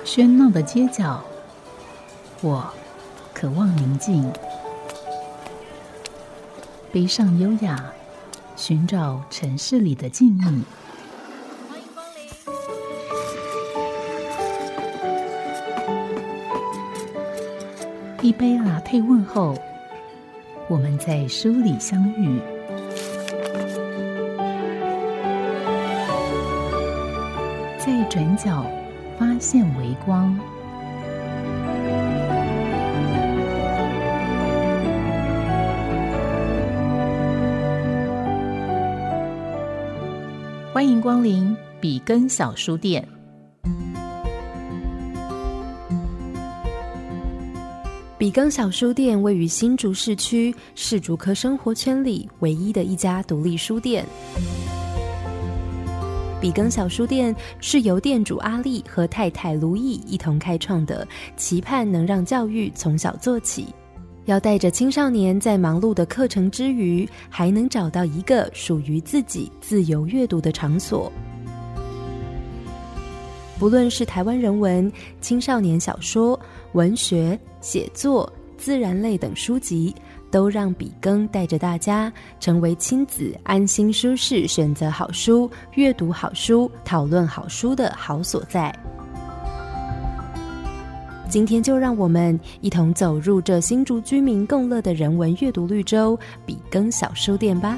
喧闹的街角，我渴望宁静。背上优雅，寻找城市里的静谧。 欢迎光临。 一杯latte问候，我们在书里相遇。在转角发现微光。欢迎光临比根小书店。 比根小书店位于新竹市区，是竹科生活圈里唯一的一家独立书店。比根小书店是由店主阿力和太太卢毅一同开创的，期盼能让教育从小做起，要带着青少年在忙碌的课程之余，还能找到一个属于自己自由阅读的场所。不论是台湾人文、青少年小说、文学、写作、自然类等书籍，都让比根带着大家成为亲子安心舒适选择好书、阅读好书、讨论好书的好所在。今天就让我们一同走入这新竹居民共乐的人文阅读绿洲——比根小书店吧。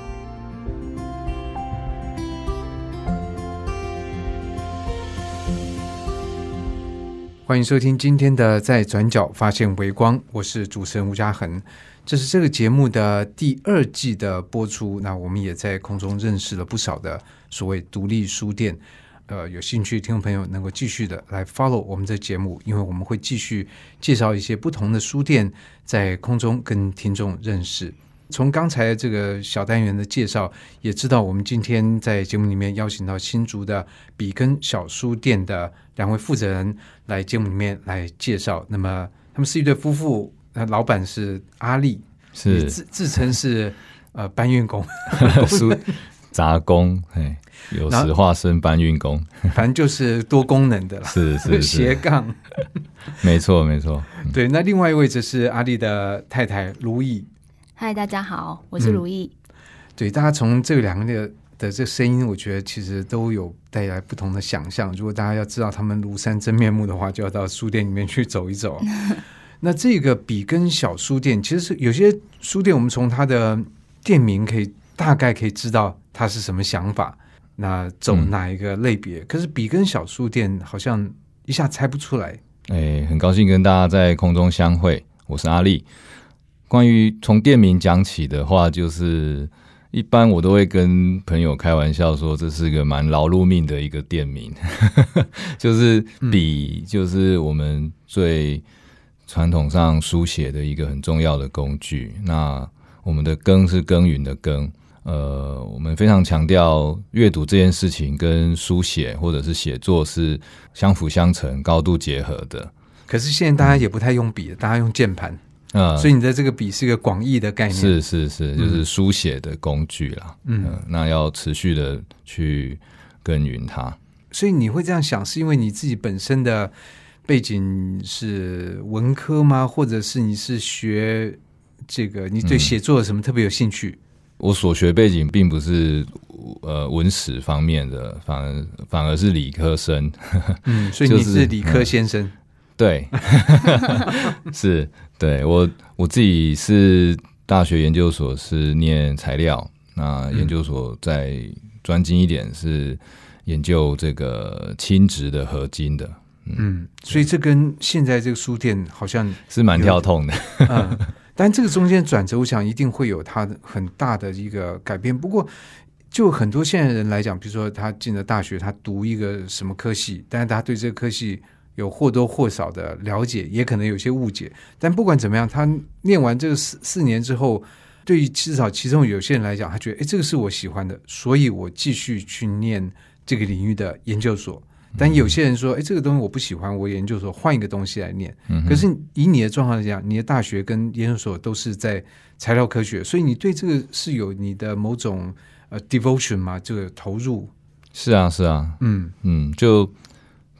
欢迎收听今天的在转角发现微光，我是主持人吴嘉恒。这是这个节目的第2季的播出，那我们也在空中认识了不少的所谓独立书店。有兴趣的听众朋友能够继续的来 follow 我们这节目，因为我们会继续介绍一些不同的书店，在空中跟听众认识。从刚才这个小单元的介绍也知道，我们今天在节目里面邀请到新竹的比根小书店的2位负责人来节目里面来介绍。那么他们是一对夫妇，老板是阿力， 是自称是搬运工杂工，有时化身搬运工， 反正就是多功能的啦， 是斜杠没错没错。 对，那另外一位则是阿力的太太卢毅。 嗨，大家好，我是如意。 对，大家从这2个的这声音，我觉得其实都有带来不同的想象。如果大家要知道他们庐山真面目的话，就要到书店里面去走一走。那这个比根小书店，其实是有些书店我们从它的店名大概可以知道它是什么想法，那走哪一个类别。可是比根小书店好像一下猜不出来。 很高兴跟大家在空中相会，我是阿力。关于从店名讲起的话，就是一般我都会跟朋友开玩笑说，这是个蛮劳碌命的一个店名。就是笔，就是我们最传统上书写的一个很重要的工具。那我们的耕是耕耘的耕，我们非常强调阅读这件事情跟书写或者是写作是相辅相成、高度结合的。 可是现在大家也不太用笔了，大家用键盘。所以你的这个笔是个广义的概念。 是，就是书写的工具啦。那要持续的去耕耘它。 所以你会这样想，是因为你自己本身的背景是文科吗？或者是你是学这个，你对写作有什么特别有兴趣？ 我所学背景并不是文史方面的，反而是理科生。 所以你是理科先生。 对，是，对，我自己是大学研究所是念材料，那研究所再专精一点是研究这个亲职的合金的。 所以这跟现在这个书店好像是蛮跳痛的。 但这个中间转折，我想一定会有它很大的一个改变。不过就很多现在人来讲，比如说他进了大学，他读一个什么科系，但是他对这个科系有或多或少的了解，也可能有些误解。但不管怎么样，他念完这个4年之后，对于至少其中有些人来讲，他觉得这个是我喜欢的，所以我继续去念这个领域的研究所。但有些人说这个东西我不喜欢，我研究所换一个东西来念。可是以你的状况来讲，你的大学跟研究所都是在材料科学，所以你对这个是有你的某种devotion 嘛，这个投入。 是啊，就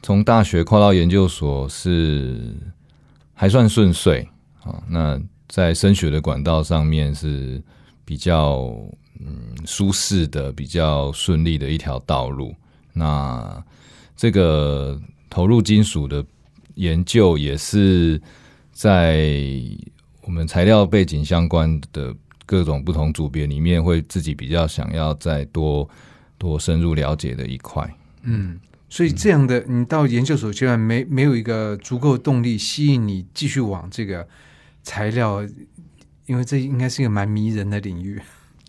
从大学跨到研究所是还算顺遂啊。那在升学的管道上面是比较舒适的、比较顺利的一条道路。那这个投入金属的研究也是在我们材料背景相关的各种不同组别里面，会自己比较想要再多深入了解的一块。 所以这样的你到研究所阶段没有一个足够动力吸引你继续往这个材料，因为这应该是一个蛮迷人的领域。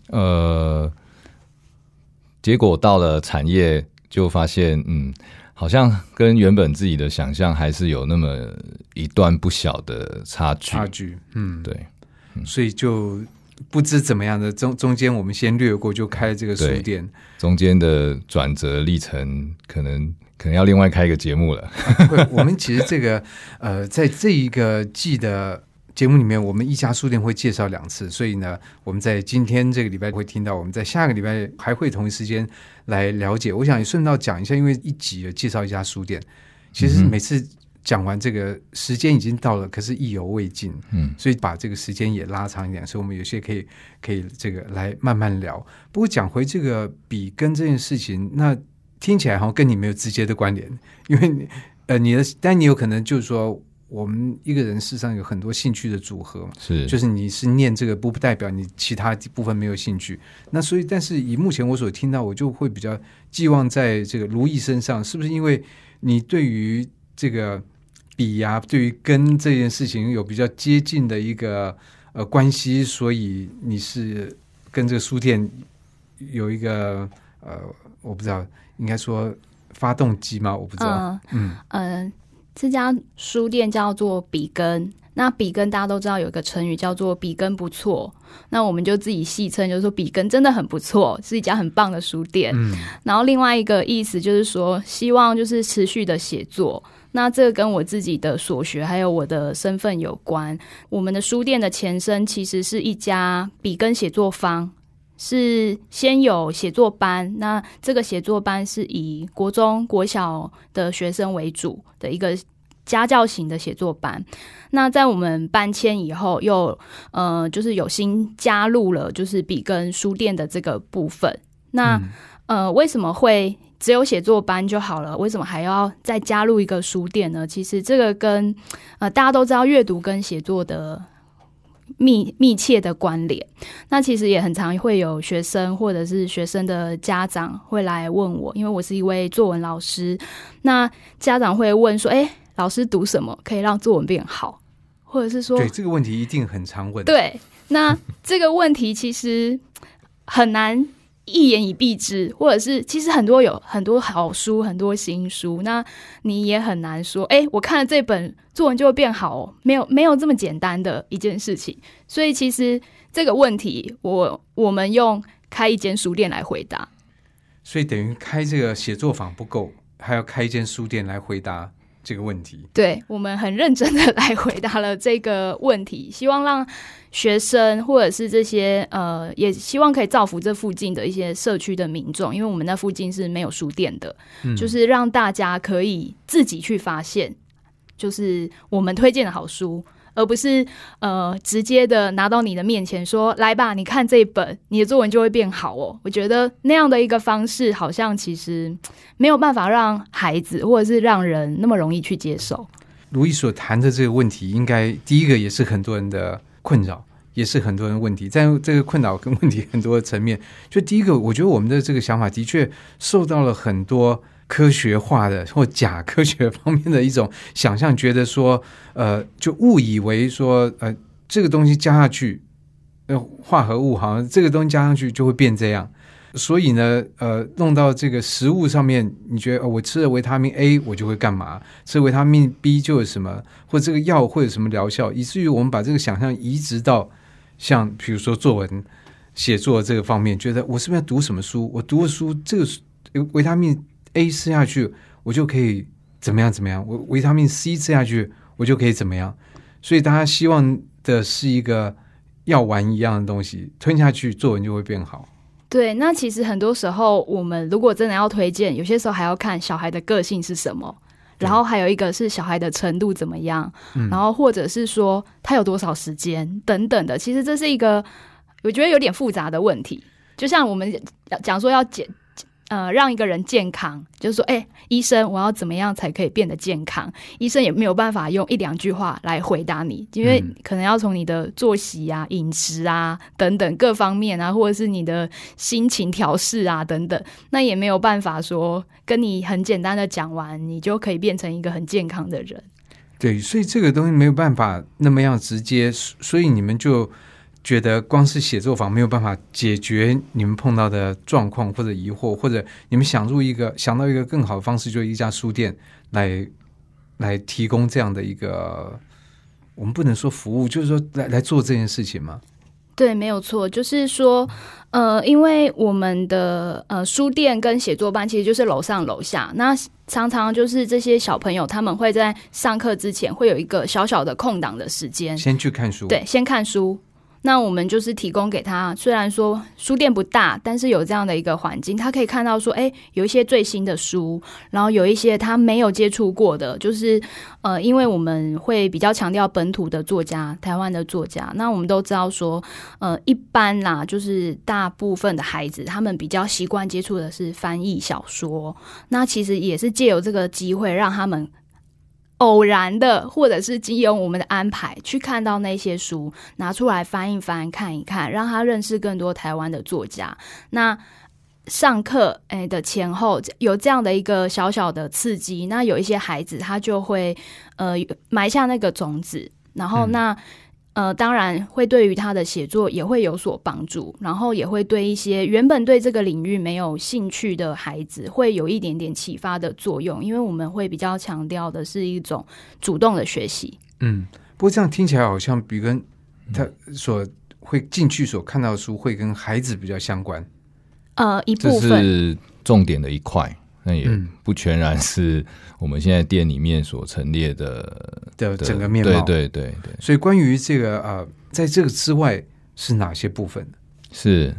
结果到了产业就发现好像跟原本自己的想象还是有那么一段不小的差距。对， 所以就不知怎么样的中间我们先略过，就开这个书店。 中间的转折历程可能要另外开一个节目了。 我们其实这个在这一个季的节目里面，我们一家书店会介绍2次，所以呢我们在今天这个礼拜会听到，我们在下个礼拜还会同一时间来了解。我想也顺道讲一下，因为一集有介绍一家书店，其实每次讲完这个时间已经到了，可是意犹未尽，所以把这个时间也拉长一点，所以我们有些可以这个来慢慢聊。不过讲回这个笔耕这件事情，那听起来好像跟你没有直接的关联，因为但你有可能就是说，我们一个人事实上有很多兴趣的组合嘛，就是你是念这个不代表你其他部分没有兴趣。那所以，但是以目前我所听到，我就会比较寄望在这个如意身上，是不是因为你对于这个笔啊，对于跟这件事情有比较接近的一个关系，所以你是跟这个书店有一个我不知道应该说发动机吗？我不知道。 这家书店叫做笔耕。那笔耕大家都知道有一个成语叫做笔耕不错，那我们就自己戏称，就是说笔耕真的很不错，是一家很棒的书店。然后另外一个意思就是说，希望就是持续的写作。那这个跟我自己的所学还有我的身份有关。我们的书店的前身其实是一家笔耕写作坊，是先有写作班，那这个写作班是以国中国小的学生为主的一个家教型的写作班。那在我们搬迁以后又就是有新加入了就是笔耕书店的这个部分。那为什么会只有写作班就好了，为什么还要再加入一个书店呢？其实这个跟大家都知道阅读跟写作的密切的关联。那其实也很常会有学生或者是学生的家长会来问我，因为我是一位作文老师，那家长会问说老师读什么可以让作文变好，或者是说对这个问题一定很常问。 对，那这个问题其实很难一言以蔽之，或者是其实有很多好书，很多新书，那你也很难说我看了这本作文就会变好没有这么简单的一件事情。所以其实这个问题我们用开一间书店来回答。 所以等于开这个写作坊不够，还要开一间书店来回答这个问题。 对，我们很认真的来回答了这个问题，希望让学生或者是这些也希望可以造福这附近的一些社区的民众，因为我们那附近是没有书店的，就是让大家可以自己去发现就是我们推荐的好书，而不是直接的拿到你的面前说来吧，你看这一本你的作文就会变好哦。我觉得那样的一个方式好像其实没有办法让孩子或者是让人那么容易去接受。 如意所谈的这个问题应该第一个也是很多人的困扰，也是很多人的问题，在这个困扰跟问题很多的层面。就第一个，我觉得我们的这个想法的确受到了很多科学化的或假科学方面的一种想象，觉得说就误以为说这个东西加下去化合物好像这个东西加上去就会变这样，所以呢弄到这个食物上面，你觉得我吃了维他命 A 我就会干嘛，吃了维他命 B 就有什么，或者这个药会有什么疗效，以至于我们把这个想象移植到像比如说作文写作这个方面，觉得我是不是要读什么书，我读的书这个维他命A 吃下去我就可以怎么样怎么样，我维他命 C 吃下去我就可以怎么样。所以大家希望的是一个药丸一样的东西，吞下去作文就会变好。 对，那其实很多时候我们如果真的要推荐，有些时候还要看小孩的个性是什么， 然后还有一个是小孩的程度怎么样，然后或者是说他有多少时间等等的。其实这是一个我觉得有点复杂的问题。就像我们讲说要让一个人健康，就是说医生我要怎么样才可以变得健康，医生也没有办法用1-2句话来回答你，因为可能要从你的作息啊、饮食啊等等各方面啊，或者是你的心情调试啊等等，那也没有办法说跟你很简单的讲完你就可以变成一个很健康的人。 对，所以这个东西没有办法那么样直接，所以你们就觉得光是写作坊没有办法解决你们碰到的状况或者疑惑，或者你们想到一个更好的方式，就是一家书店来提供这样的一个，我们不能说服务，就是说来做这件事情吗？ 对，没有错，就是说因为我们的书店跟写作班其实就是楼上楼下，那常常就是这些小朋友他们会在上课之前会有一个小小的空档的时间， 先去看书。 对，先看书。那我们就是提供给他，虽然说书店不大，但是有这样的一个环境，他可以看到说有一些最新的书，然后有一些他没有接触过的，就是因为我们会比较强调本土的作家，台湾的作家，那我们都知道说一般啦，就是大部分的孩子他们比较习惯接触的是翻译小说，那其实也是借由这个机会让他们偶然的或者是经由我们的安排去看到那些书，拿出来翻一翻看一看，让他认识更多台湾的作家。那上课的前后有这样的一个小小的刺激，那有一些孩子他就会埋下那个种子，然后当然会对于他的写作也会有所帮助，然后也会对一些原本对这个领域没有兴趣的孩子会有一点点启发的作用，因为我们会比较强调的是一种主动的学习。 不过这样听起来好像比跟他所会进去所看到的书会跟孩子比较相关。 一部分这是重点的一块，那也不全然是我们现在店里面所陈列的整个面貌。 对。 所以关于这个在这个之外是哪些部分？ 是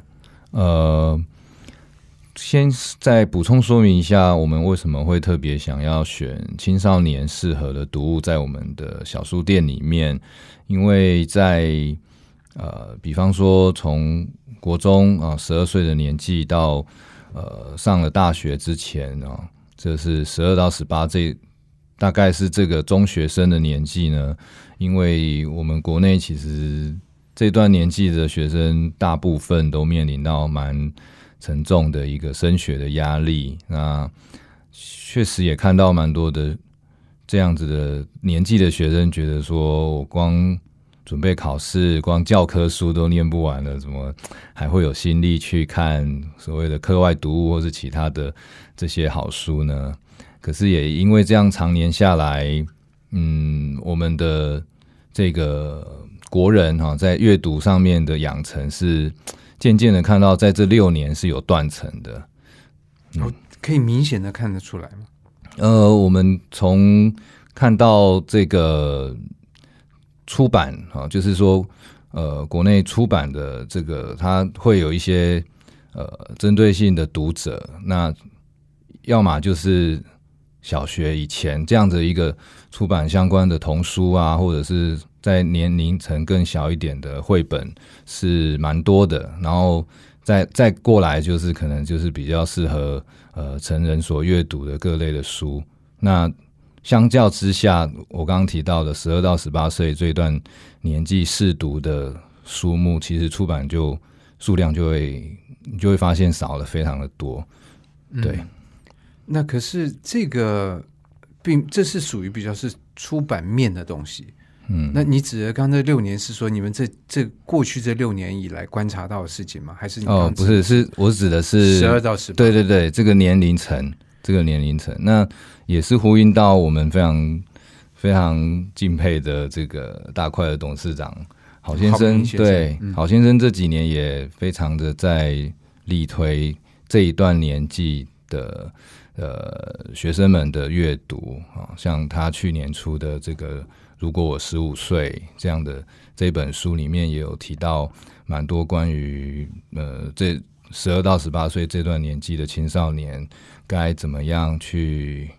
先再补充说明一下，我们为什么会特别想要选青少年适合的读物在我们的小书店里面，因为在比方说从国中12岁的年纪到上了大学之前这是12到18，大概是这个中学生的年纪呢。因为我们国内其实这段年纪的学生大部分都面临到蛮沉重的一个升学的压力，那确实也看到蛮多的这样子的年纪的学生觉得说，我光准备考试，光教科书都念不完了，怎么还会有心力去看所谓的课外读物或是其他的这些好书呢？可是也因为这样常年下来，我们的这个国人在阅读上面的养成是渐渐的看到在这6年是有断层的。 可以明显的看得出来吗？ 我们从看到这个出版就是说国内出版的这个它会有一些针对性的读者，那要么就是小学以前这样的一个出版相关的童书啊，或者是在年龄层更小一点的绘本是蛮多的，然后再过来就是可能就是比较适合成人所阅读的各类的书。那相较之下，我刚刚提到的12到18岁这段年纪适读的书目，其实出版数量就会发现少了非常的多。对， 那可是这个这是属于比较是出版面的东西。那你指的刚才这6年是说你们这过去这6年以来观察到的事情吗？还是你不是，是我指的是 12到18。 对，这个年龄层，那也是呼应到我们非常非常敬佩的这个大块的董事长郝先生。对，郝先生这几年也非常的在力推这一段年纪的学生们的阅读像他去年出的这个如果我15岁这样的这本书里面也有提到蛮多关于这12到18岁这段年纪的青少年该怎么样去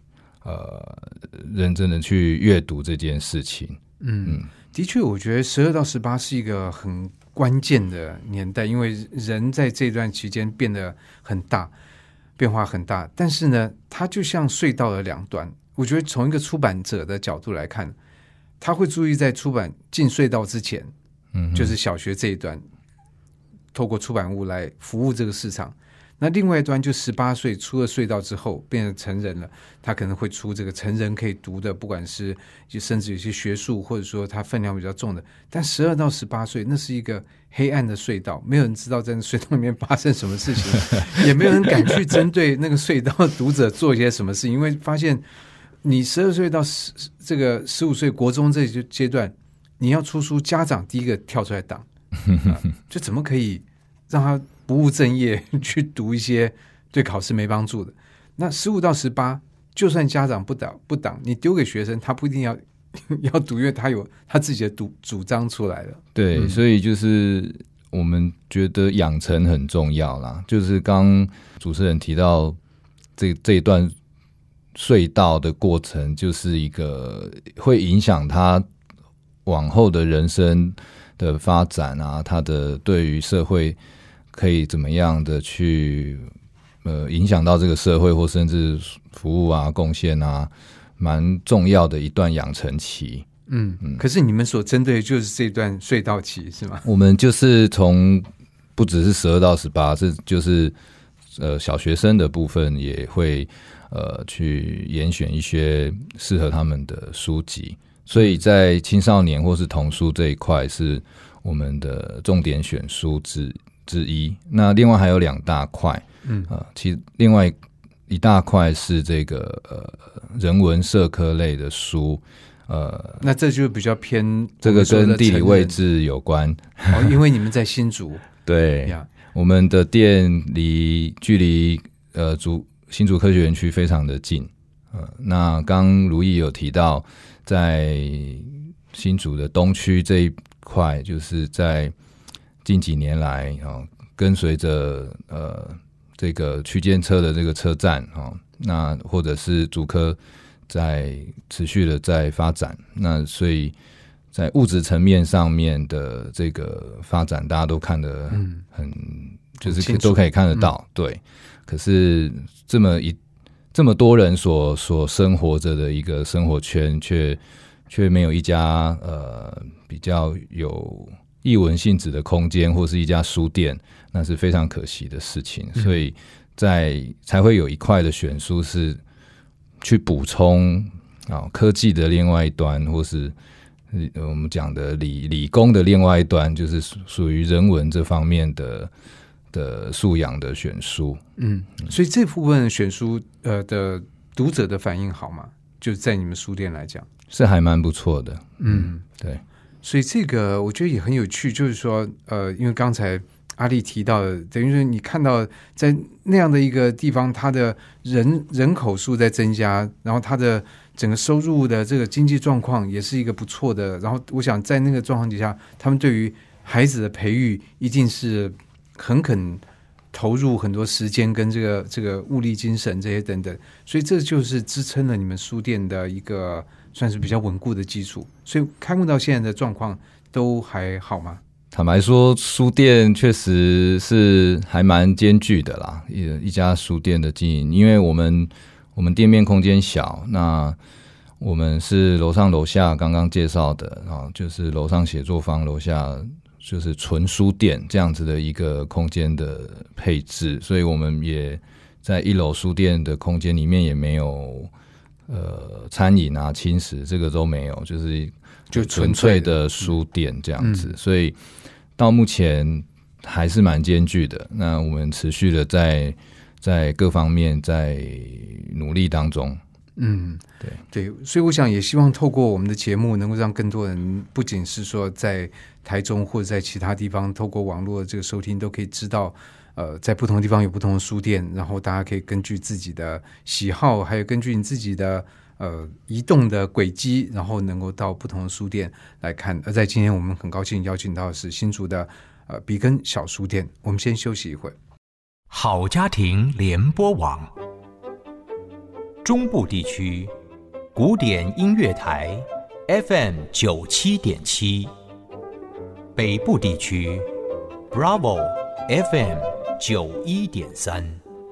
认真的去阅读这件事情。 的确，我觉得12到18是一个很关键的年代，因为人在这段期间变得很大，变化很大。但是呢，它就像隧道的两端。我觉得从一个出版者的角度来看，他会注意在出版进隧道之前，就是小学这一端，透过出版物来服务这个市场。那另外一端就18岁出了隧道之后变成成人了，他可能会出这个成人可以读的，不管是甚至有些学术，或者说他分量比较重的。但12到18岁那是一个黑暗的隧道，没有人知道在那隧道里面发生什么事情，也没有人敢去针对那个隧道的读者做一些什么事，因为发现你12岁到这个15岁国中这阶段，你要出书，家长第一个跳出来挡，就怎么可以让他不务正业去读一些对考试没帮助的。那15到18，就算家长不挡，你丢给学生，他不一定要读，因为他有他自己的主张出来了。 对，所以就是我们觉得养成很重要啦。就是刚主持人提到这一段隧道的过程，就是一个会影响他往后的人生的发展啊，他的对于社会可以怎么样的去影响到这个社会，或甚至服务啊、贡献啊，蛮重要的一段养成期。 可是你们所针对的就是这段隧道期是吗？ 我们就是从不只是12到18，这就是小学生的部分也会去严选一些适合他们的书籍，所以在青少年或是童书这一块是我们的重点选书之一。那另外还有2大块，其实另外一大块是这个人文社科类的书， 那这就比较偏这个跟地理位置有关， 因为你们在新竹， 对，我们的店距离新竹科学园区非常的近。那刚如意有提到，在新竹的东区这一块，就是在近几年来跟随着这个区间车的这个车站那或者是竹科在持续的在发展，那所以在物质层面上面的这个发展，大家都看得很就是都可以看得到，对。可是这么多人所生活着的一个生活圈，却没有一家比较有艺文性质的空间，或是一家书店，那是非常可惜的事情。所以才会有一块的选书是去补充科技的另外一端，或是我们讲的理工的另外一端，就是属于人文这方面的素养的选书。 所以这部分选书的读者的反应好吗？就在你们书店来讲， 是还蛮不错的。对。 所以这个我觉得也很有趣，就是说因为刚才阿丽提到的，等于说你看到在那样的一个地方，它的人口数在增加，然后它的整个收入的这个经济状况也是一个不错的，然后我想在那个状况底下，他们对于孩子的培育一定是很肯投入很多时间跟这个物力精神这些等等，所以这就是支撑了你们书店的一个算是比较稳固的基础。所以开幕到现在的状况都还好吗？ 坦白说，书店确实是还蛮艰巨的啦，一家书店的经营，因为我们店面空间小，那我们是楼上楼下刚刚介绍的就是楼上写作坊，楼下就是纯书店这样子的一个空间的配置，所以我们也在1楼书店的空间里面也没有餐饮啊、轻食，这个都没有，就纯粹的书店这样子，所以到目前还是蛮艰巨的。那我们持续的在各方面在努力当中。 对，所以我想也希望透过我们的节目，能够让更多人，不仅是说在台中或者在其他地方，透过网络的这个收听，都可以知道，在不同的地方有不同的书店，然后大家可以根据自己的喜好，还有根据你自己的移动的轨迹，然后能够到不同的书店来看。而在今天，我们很高兴邀请到的是新竹的比根小书店。我们先休息一会儿。 好家庭联播网，中部地区古典音乐台 FM97.7， 北部地区 Bravo FM91.3。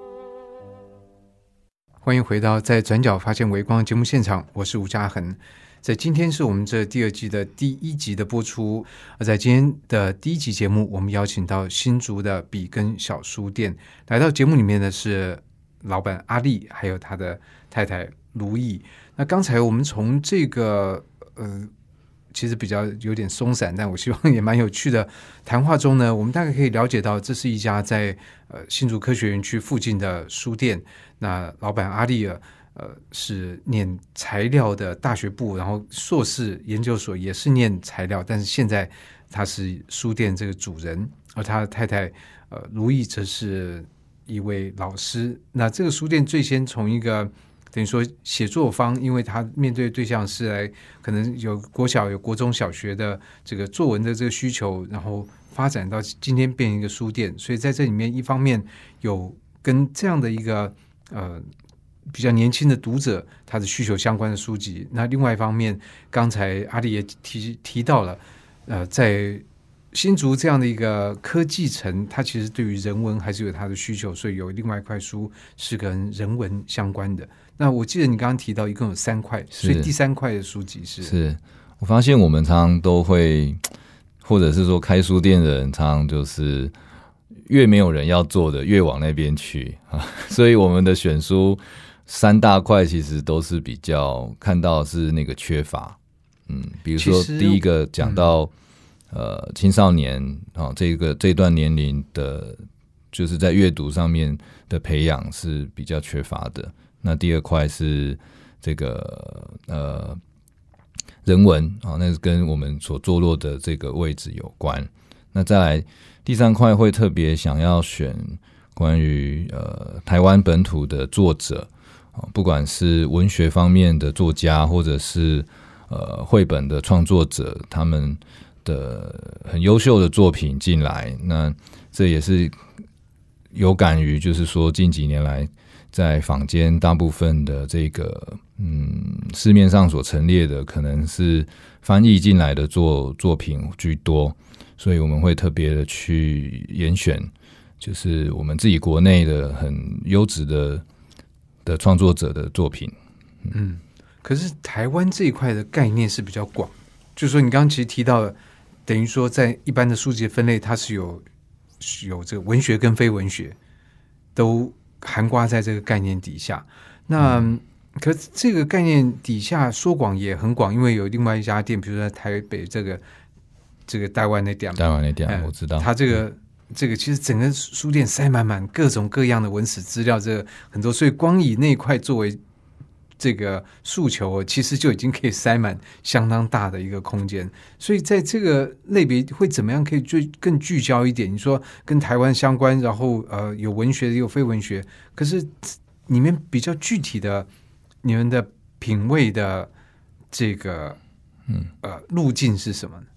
欢迎回到在转角发现微光节目现场，我是吴嘉恒。在今天是我们这第二季的第一集的播出，而在今天的第一集节目，我们邀请到新竹的比根小书店，来到节目里面的是老板阿力，还有他的太太卢毅。那刚才我们从这个其实比较有点松散，但我希望也蛮有趣的谈话中呢，我们大概可以了解到，这是一家在新竹科学园区附近的书店。那老板阿力是念材料的大学部，然后硕士研究所也是念材料，但是现在他是书店这个主人，而他的太太卢毅则是一位老师。那这个书店最先从一个等于说写作坊，因为他面对的对象是来可能有国小有国中小学的这个作文的这个需求，然后发展到今天变成一个书店。所以在这里面一方面有跟这样的一个比较年轻的读者他的需求相关的书籍，那另外一方面刚才阿力也提到了在新竹这样的一个科技城，它其实对于人文还是有它的需求，所以有另外一块书是跟人文相关的。那我记得你刚刚提到一共有3块，所以第3块的书籍是我发现我们常常都会，或者是说开书店的人常常就是越没有人要做的越往那边去啊，所以我们的选书3大块其实都是比较看到是那个缺乏，比如说第一个讲到青少年这段年龄的，就是在阅读上面的培养是比较缺乏的。那第2块是这个人文那是跟我们所坐落的这个位置有关。那再来第3块会特别想要选关于台湾本土的作者，不管是文学方面的作家，或者是绘本的创作者，他们的很优秀的作品进来。那这也是有感于就是说近几年来在坊间大部分的这个市面上所陈列的可能是翻译进来的作品居多，所以我们会特别的去严选就是我们自己国内的很优质的创作者的作品。 可是台湾这一块的概念是比较广，就是说你刚刚其实提到的，等于说在一般的书籍分类，它是有这个文学跟非文学都涵盖在这个概念底下。那可是这个概念底下说广也很广，因为有另外一家店，比如说在台北这个台湾那店， 我知道， 它这个其实整个书店塞满各种各样的文史资料，这个很多，所以光以那一块作为这个诉求，其实就已经可以塞满相当大的一个空间。所以在这个类别会怎么样可以更聚焦一点？你说跟台湾相关，然后有文学有非文学，可是里面比较具体的你们的品味的这个路径是什么呢？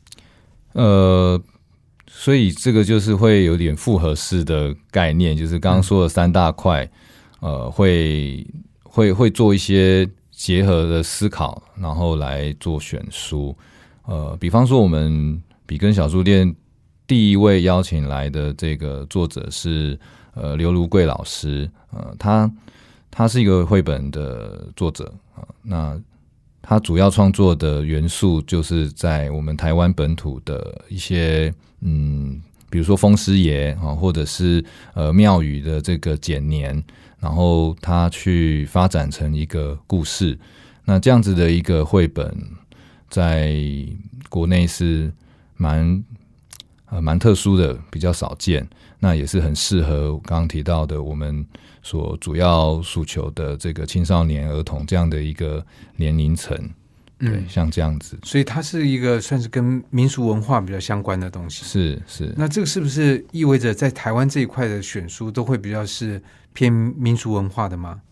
所以这个就是会有点复合式的概念，就是刚刚说的3大块，会做一些结合的思考，然后来做选书。比方说我们比根小书店第一位邀请来的这个作者是刘如贵老师，他是一个绘本的作者，那他主要创作的元素就是在我们台湾本土的一些比如说风师爷或者是庙宇的这个剪年，然后他去发展成一个故事。那这样子的一个绘本在国内是蛮特殊的，比较少见，那也是很适合刚刚提到的我们所主要诉求的这个青少年儿童这样的一个年龄层。对，像这样子， 所以它是一个算是跟民俗文化比较相关的东西。 是。 那这个是不是意味着在台湾这一块的选书都会比较是偏民俗文化的吗？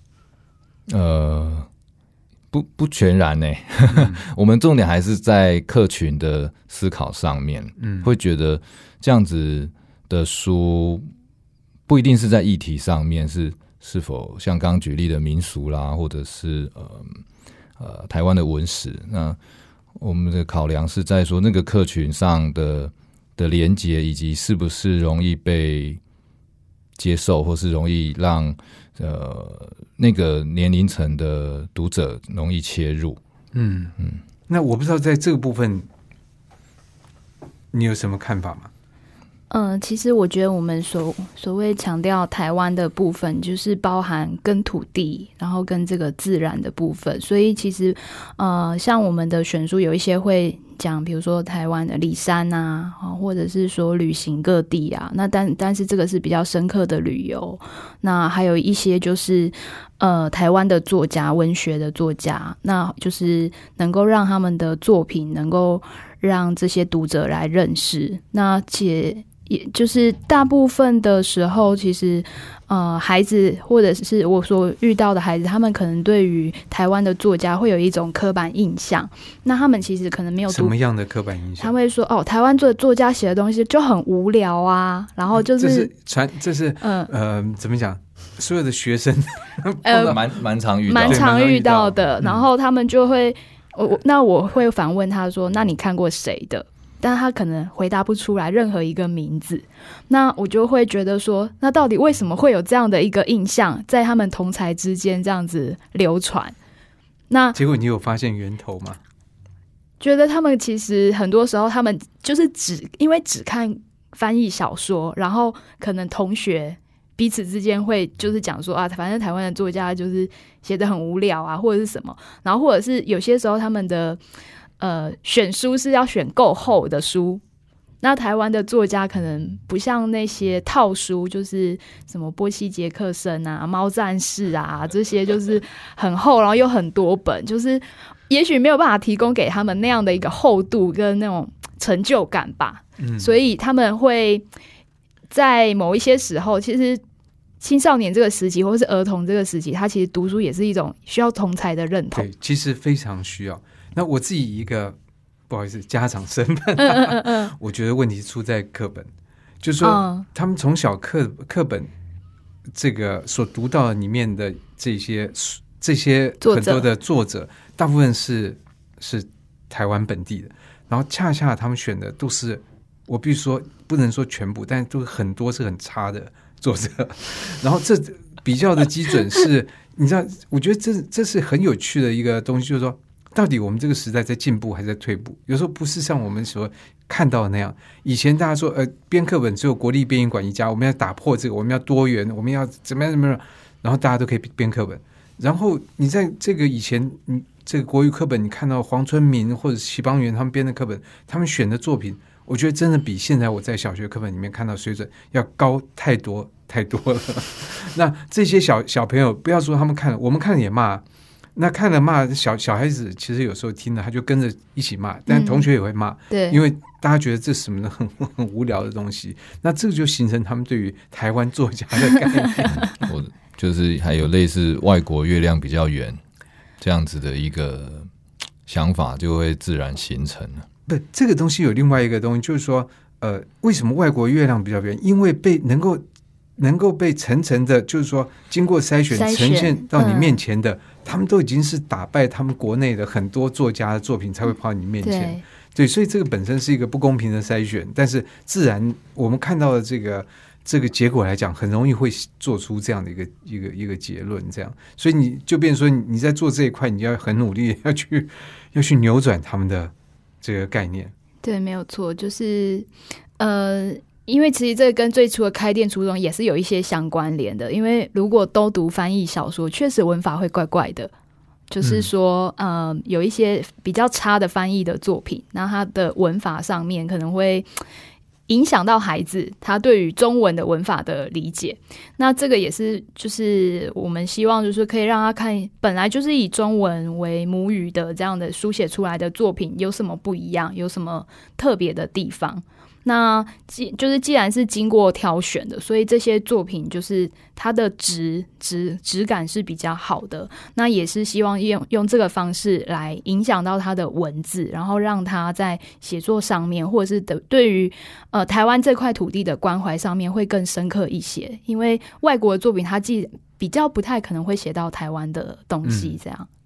不全然欸。我们重点还是在客群的思考上面。会觉得这样子的书不一定是在议题上面是否像刚举例的民俗啦，或者是台湾的文史。那我们的考量是在说那个客群上的连结，以及是不是容易被接受，或是容易让那个年龄层的读者容易切入。 那我不知道在这个部分你有什么看法吗？ 其实我觉得我们所谓强调台湾的部分，就是包含跟土地，然后跟这个自然的部分。所以其实像我们的选书有一些会讲，比如说台湾的里山啊，或者是说旅行各地啊。那但是这个是比较深刻的旅游。那还有一些就是台湾的作家，文学的作家，那就是能够让他们的作品能够让这些读者来认识。那也就是大部分的时候，其实孩子或者是我所遇到的孩子，他们可能对于台湾的作家会有一种刻板印象。那他们其实可能没有什么样的刻板印象？ 他会说台湾作家写的东西就很无聊啊，然后就是这是怎么讲？所有的学生蛮常遇到的。然后他们就会我会反问他说：“那你看过谁的？”但他可能回答不出来任何一个名字，那我就会觉得说，那到底为什么会有这样的一个印象在他们同侪之间这样子流传？那结果你有发现源头吗？ 觉得他们其实很多时候他们就是因为只看翻译小说，然后可能同学彼此之间会就是讲说反正台湾的作家就是写得很无聊啊，或者是什么，然后或者是有些时候他们的选书是要选够厚的书，那台湾的作家可能不像那些套书，就是什么波西·杰克森啊、猫战士啊这些，就是很厚，然后又很多本，就是也许没有办法提供给他们那样的一个厚度跟那种成就感吧。所以他们会在某一些时候，其实青少年这个时期或是儿童这个时期，他其实读书也是一种需要同侪的认同。 对，其实非常需要。那我自己一个不好意思家长身份我觉得问题出在课本，就是说他们从小课本这个所读到里面的这些很多的作者大部分是台湾本地的，然后恰恰他们选的都是，我必须说不能说全部，但都很多是很差的作者，然后这比较的基准是你知道，我觉得这是很有趣的一个东西，就是说到底我们这个时代在进步还是在退步？有时候不是像我们所看到的那样。以前大家说编课本只有国立编译馆一家，我们要打破这个，我们要多元，我们要怎么样，然后大家都可以编课本。然后你在这个以前，你这个国语课本，你看到黄春明或者齐邦媛他们编的课本，他们选的作品，我觉得真的比现在我在小学课本里面看到水准要高太多太多了。那这些小朋友，不要说他们看了，我们看了也骂。那看了骂，小孩子其实有时候听了他就跟着一起骂，但同学也会骂， 对， 因为大家觉得这是什么很无聊的东西。那这个就形成他们对于台湾作家的概念。 我就是还有类似外国月亮比较圆这样子的一个想法，就会自然形成了。 不，这个东西有另外一个东西，就是说，为什么外国月亮比较圆？因为能够被层层的，就是说经过筛选呈现到你面前的，他们都已经是打败他们国内的很多作家的作品才会跑到你面前。对，所以这个本身是一个不公平的筛选，但是自然我们看到的这个结果来讲，很容易会做出这样的一个结论。这样，所以你就变成说你在做这一块，你要很努力要去扭转他们的这个概念。 对，没有错，就是因为其实这个跟最初的开店初衷也是有一些相关联的，因为如果都读翻译小说，确实文法会怪怪的，就是说有一些比较差的翻译的作品，那它的文法上面可能会影响到孩子他对于中文的文法的理解。那这个也是就是我们希望就是可以让他看本来就是以中文为母语的这样的书写出来的作品有什么不一样，有什么特别的地方。那就是既然是经过挑选的，所以这些作品就是它的质感是比较好的，那也是希望用这个方式来影响到它的文字，然后让它在写作上面或者是对于台湾这块土地的关怀上面会更深刻一些，因为外国的作品它比较不太可能会写到台湾的东西这样。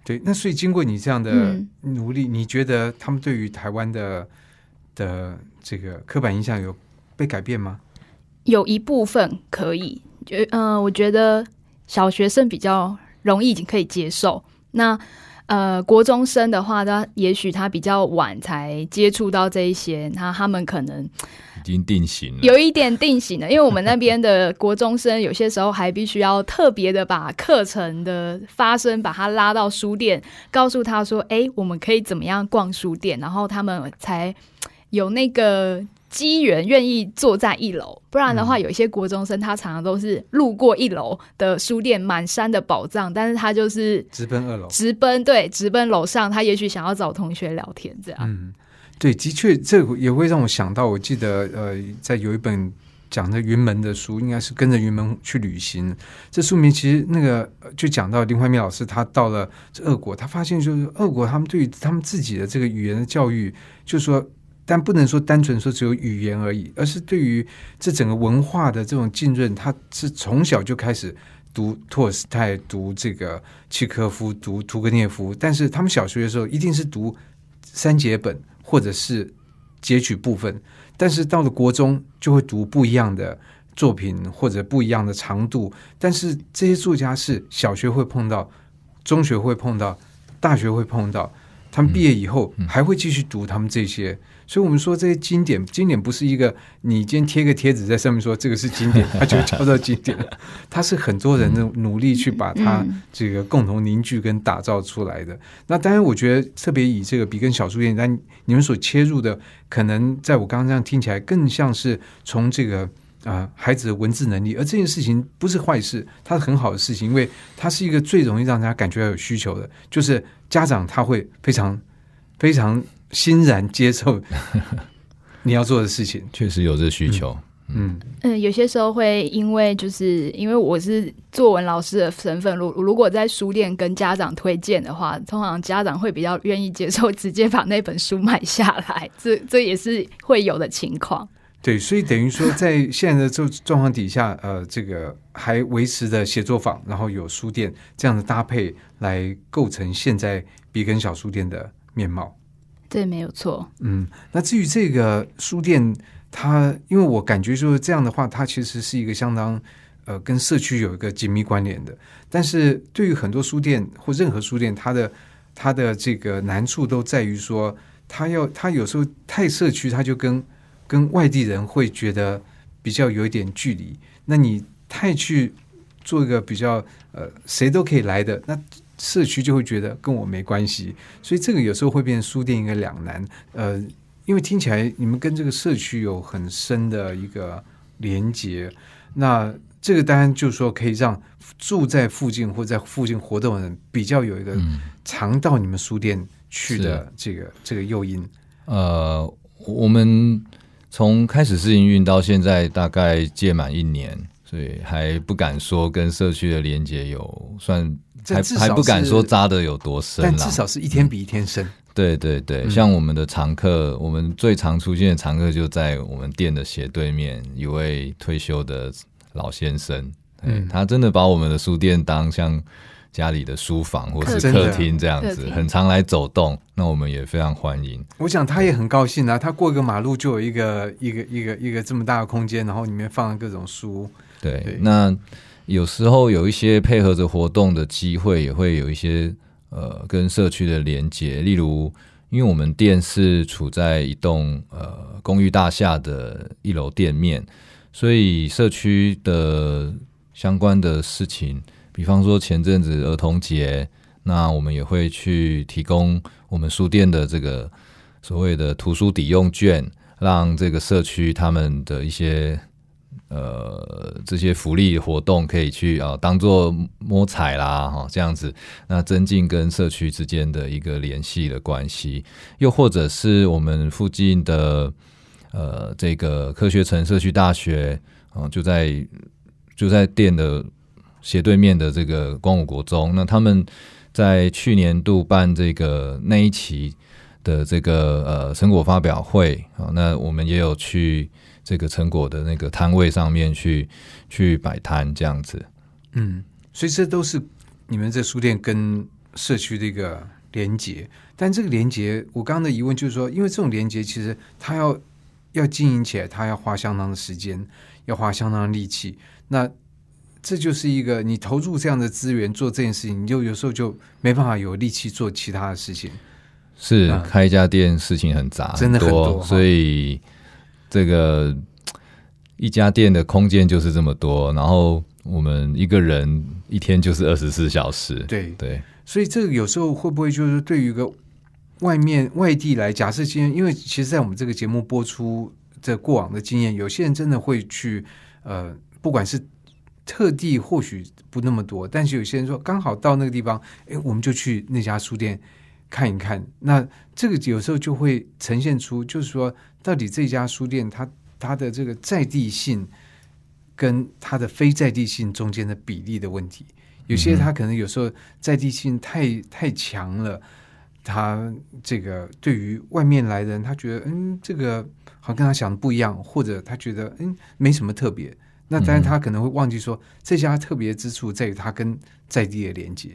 对，那所以经过你这样的努力，你觉得他们对于台湾的这个刻板印象有被改变吗？ 有一部分可以，我觉得小学生比较容易可以接受。那国中生的话，也许他比较晚才接触到这一些，他们可能已经定型了， 有一点定型了。因为我们那边的国中生有些时候还必须要特别的把课程的发生把他拉到书店，告诉他说我们可以怎么样逛书店，然后他们才有那个机缘愿意坐在一楼。不然的话，有一些国中生他常常都是路过一楼的书店，满山的宝藏，但是他就是直奔2楼， 直奔楼上，他也许想要找同学聊天这样。 对，的确这也会让我想到，我记得在有一本讲的云门的书，应该是跟着云门去旅行，这书名其实那个就讲到林怀民老师他到了俄国，他发现就是俄国他们对于他们自己的这个语言的教育，就是说但不能说单纯说只有语言而已，而是对于这整个文化的这种浸润，他是从小就开始读托尔斯泰，读这个契诃夫，读屠格涅夫，但是他们小学的时候一定是读三节本或者是截取部分，但是到了国中就会读不一样的作品或者不一样的长度，但是这些作家是小学会碰到，中学会碰到，大学会碰到，他们毕业以后还会继续读他们这些，所以我们说这些经典不是一个你今天贴个贴纸在上面说这个是经典，它就叫做经典，它是很多人的努力去把它这个共同凝聚跟打造出来的。那当然我觉得特别以这个比根小书店，但你们所切入的可能在我刚刚这样听起来更像是从这个孩子的文字能力，而这件事情不是坏事，它是很好的事情，因为它是一个最容易让大家感觉到有需求的，就是家长他会非常非常欣然接受你要做的事情， 确实有这需求。 有些时候会因为我是作文老师的身份，如果在书店跟家长推荐的话，通常家长会比较愿意接受，直接把那本书买下来，这也是会有的情况。 对，所以等于说在现在的这状况底下，这个还维持的写作坊，然后有书店这样的搭配来构成现在比根小书店的面貌。 对，没有错。 那至于这个书店，它因为我感觉就是这样的话，它其实是一个相当跟社区有一个紧密关联的。但是对于很多书店或任何书店，它的这个难处都在于说，它有时候太社区，它就跟外地人会觉得比较有一点距离。那你太去做一个比较谁都可以来的，那社区就会觉得跟我没关系，所以这个有时候会变成书店一个两难。因为听起来你们跟这个社区有很深的一个连结，那这个当然就是说可以让住在附近或在附近活动的人比较有一个常到你们书店去的这个诱因。 我们从开始试营运到现在大概届满1年，所以还不敢说跟社区的连结有算，还不敢说扎的有多深啦， 但至少是一天比一天深。 对对对，像我们的常客，我们最常出现的常客就在我们店的斜对面，一位退休的老先生，他真的把我们的书店当像家里的书房或是客厅这样子，很常来走动，那我们也非常欢迎。 我想他也很高兴啊，他过个马路就有一个这么大的空间，然后里面放了各种书。 对，那有时候有一些配合着活动的机会，也会有一些跟社区的连结，例如因为我们店是处在一栋公寓大厦的1楼店面，所以社区的相关的事情，比方说前阵子儿童节，那我们也会去提供我们书店的这个所谓的图书抵用券，让这个社区他们的一些这些福利活动可以去当做摸彩啦这样子，那增进跟社区之间的一个联系的关系。又或者是我们附近的这个科学城社区大学就在店的斜对面的这个光武国中，那他们在去年度办这个那一期的这个成果发表会，那我们也有去这个成果的那个摊位上面去摆摊这样子。 所以这都是你们这书店跟社区的一个连结。但这个连结，我刚刚的疑问就是说，因为这种连结其实它要经营起来，它要花相当的时间，要花相当的力气。那这就是一个你投入这样的资源做这件事情，你就有时候就没办法有力气做其他的事情。 是开一家店事情很杂， 真的很多， 所以这个一家店的空间就是这么多，然后我们一个人一天就是24小时。 对对， 所以这个有时候会不会就是对于一个外地来，假设今天，因为其实在我们这个节目播出这过往的经验，有些人真的会去不管是特地或许不那么多，但是有些人说刚好到那个地方，我们就去那家书店看一看。那这个有时候就会呈现出，就是说到底这家书店它的这个在地性跟它的非在地性中间的比例的问题。有些它可能有时候在地性太强了，他这个对于外面来的人，他觉得这个好像跟他想的不一样，或者他觉得没什么特别。那当然他可能会忘记说，这家特别之处在于他跟在地的连接。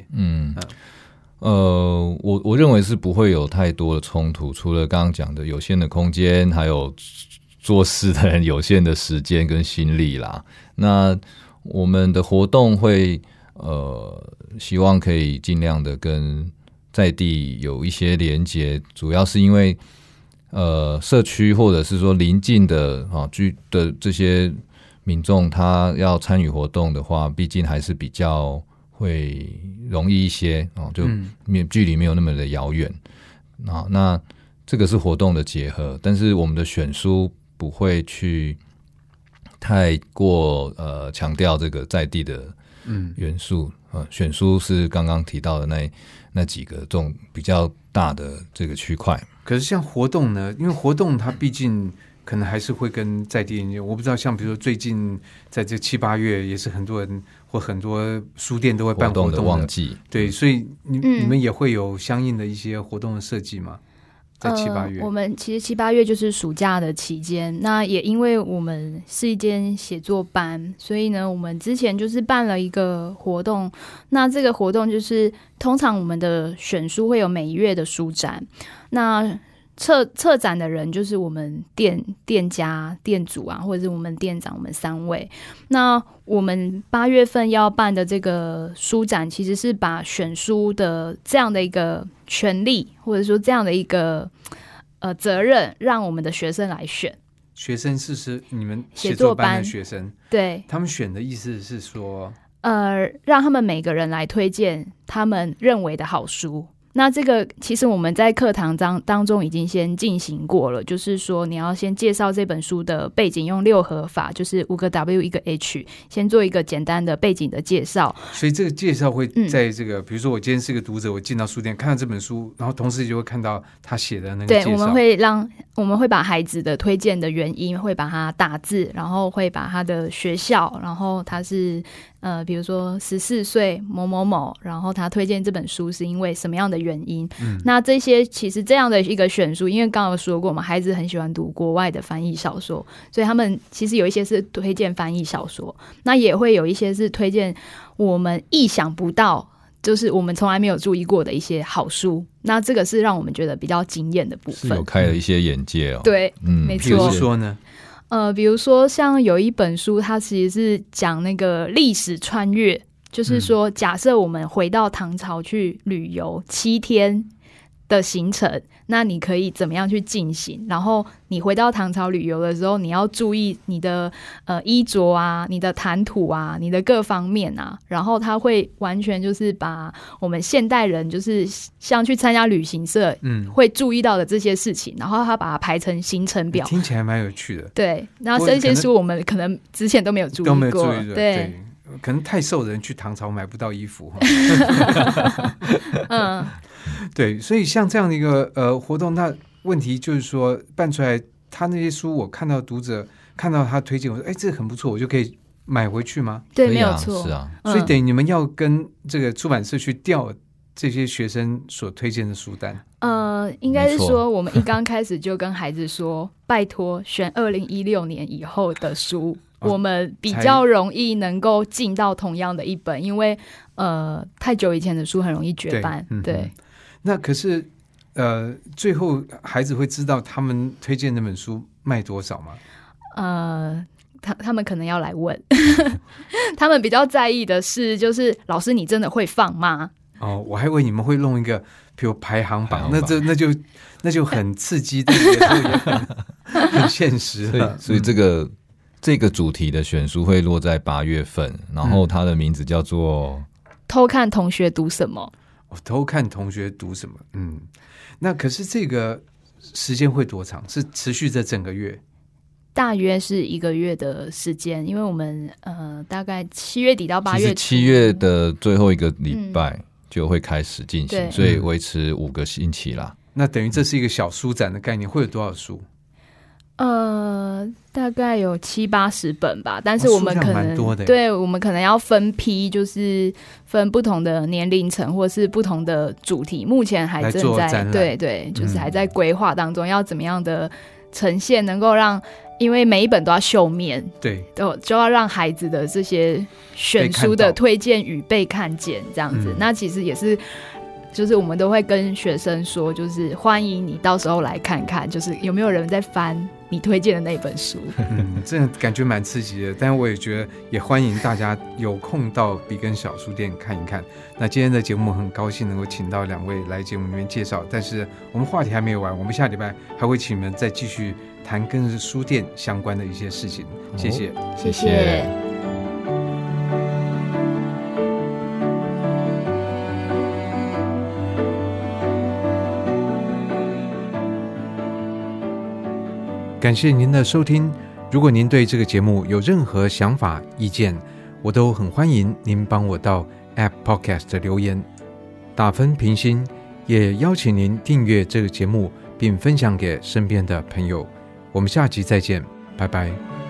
我认为是不会有太多的冲突，除了刚刚讲的有限的空间，还有做事的人有限的时间跟心力啦。那我们的活动会希望可以尽量的跟在地有一些连结，主要是因为社区或者是说邻近的居的这些民众，他要参与活动的话，毕竟还是比较会容易一些就距离没有那么的遥远。那这个是活动的结合，但是我们的选书不会去太过强调这个在地的元素。选书是刚刚提到的那几个这种比较大的这个区块。 可是像活动呢，因为活动它毕竟可能还是会跟在地，我不知道像比如说最近在这7、8月也是很多人或很多书店都会办活动的旺季。 对，所以你们也会有相应的一些活动的设计吗？在7、8月， 我们其实7、8月就是暑假的期间。那也因为我们是一间写作班，所以呢，我们之前就是办了一个活动。那这个活动就是通常我们的选书会有每一月的书展。那策展的人就是我们店家、店主啊，或者是我们店长，我们3位。那我们8月份要办的这个书展，其实是把选书的这样的一个权利，或者说这样的一个责任，让我们的学生来选。 学生是你们写作班的学生， 对， 他们选的意思是说， 让他们每个人来推荐他们认为的好书。那这个其实我们在课堂当中已经先进行过了，就是说你要先介绍这本书的背景，用6合法，就是5个 W 1个 H， 先做一个简单的背景的介绍。 所以这个介绍会在这个比如说我今天是个读者，我进到书店看到这本书，然后同时就会看到他写的那个介绍。 对，我们会把孩子的推荐的原因会把它打字，然后会把他的学校，然后他是比如说14岁某某某，然后他推荐这本书是因为什么样的原因。那这些其实这样的一个选书，因为刚刚有说过嘛，孩子很喜欢读国外的翻译小说，所以他们其实有一些是推荐翻译小说，那也会有一些是推荐我们意想不到，就是我们从来没有注意过的一些好书。那这个是让我们觉得比较惊艳的部分， 是有开了一些眼界哦。 对，没错。 比如说呢？ 比如说像有一本书，它其实是讲那个历史穿越，就是说假设我们回到唐朝去旅游7天的行程，那你可以怎么样去进行？然后你回到唐朝旅游的时候，你要注意你的衣着啊，你的谈吐啊，你的各方面啊。然后他会完全就是把我们现代人就是像去参加旅行社会注意到的这些事情，然后他把它排成行程表， 听起来蛮有趣的。 对，然后这些书我们可能之前都没有注意过， 都没有注意过。 对， 可能太瘦的人去唐朝买不到衣服。对，所以像这样的一个活动，那问题就是说办出来，他那些书我看到读者看到他推荐，我说这个很不错，我就可以买回去吗？ 对，没有错， 是啊。 所以等于你们要跟这个出版社去调这些学生所推荐的书单。 应该是说我们一刚开始就跟孩子说，拜托选2016年以后的书。 我们比较容易能够进到同样的一本，因为太久以前的书很容易绝版。对， 那可是最后孩子会知道他们推荐那本书卖多少吗？ 他们可能要来问他们比较在意的是就是老师你真的会放吗？ 我还以为你们会弄一个比如排行榜，那就很刺激，但是也很现实了。 所以这个主题的选书会落在8月份，然后它的名字叫做偷看同学读什么。 偷看同学读什么。那可是这个时间会多长？是持续这整个月？ 大约是1个月的时间，因为我们大概7月底到8月初， 其实7月的最后1个礼拜就会开始进行，所以维持5个星期啦。 那等于这是一个小书展的概念，会有多少书？ 大概有70-80本吧，但是我们可能蛮多的， 对，我们可能要分批，就是分不同的年龄层或是不同的主题，目前还正在对，就是还在规划当中，要怎么样的呈现能够让，因为每一本都要绣面， 对， 就要让孩子的这些选书的推荐语被看见，这样子。那其实也是。就是我们都会跟学生说，就是欢迎你到时候来看看，就是有没有人在翻你推荐的那本书。 这样感觉蛮刺激的，但我也觉得也欢迎大家有空到比根小书店看一看。那今天的节目很高兴能够请到2位来节目里面介绍，但是我们话题还没有完，我们下礼拜还会请你们再继续谈跟书店相关的一些事情。谢谢， 谢谢。 感谢您的收听。如果您对这个节目有任何想法意见，我都很欢迎您帮我到 App Podcast 留言打分评星，也邀请您订阅这个节目并分享给身边的朋友。我们下集再见，拜拜。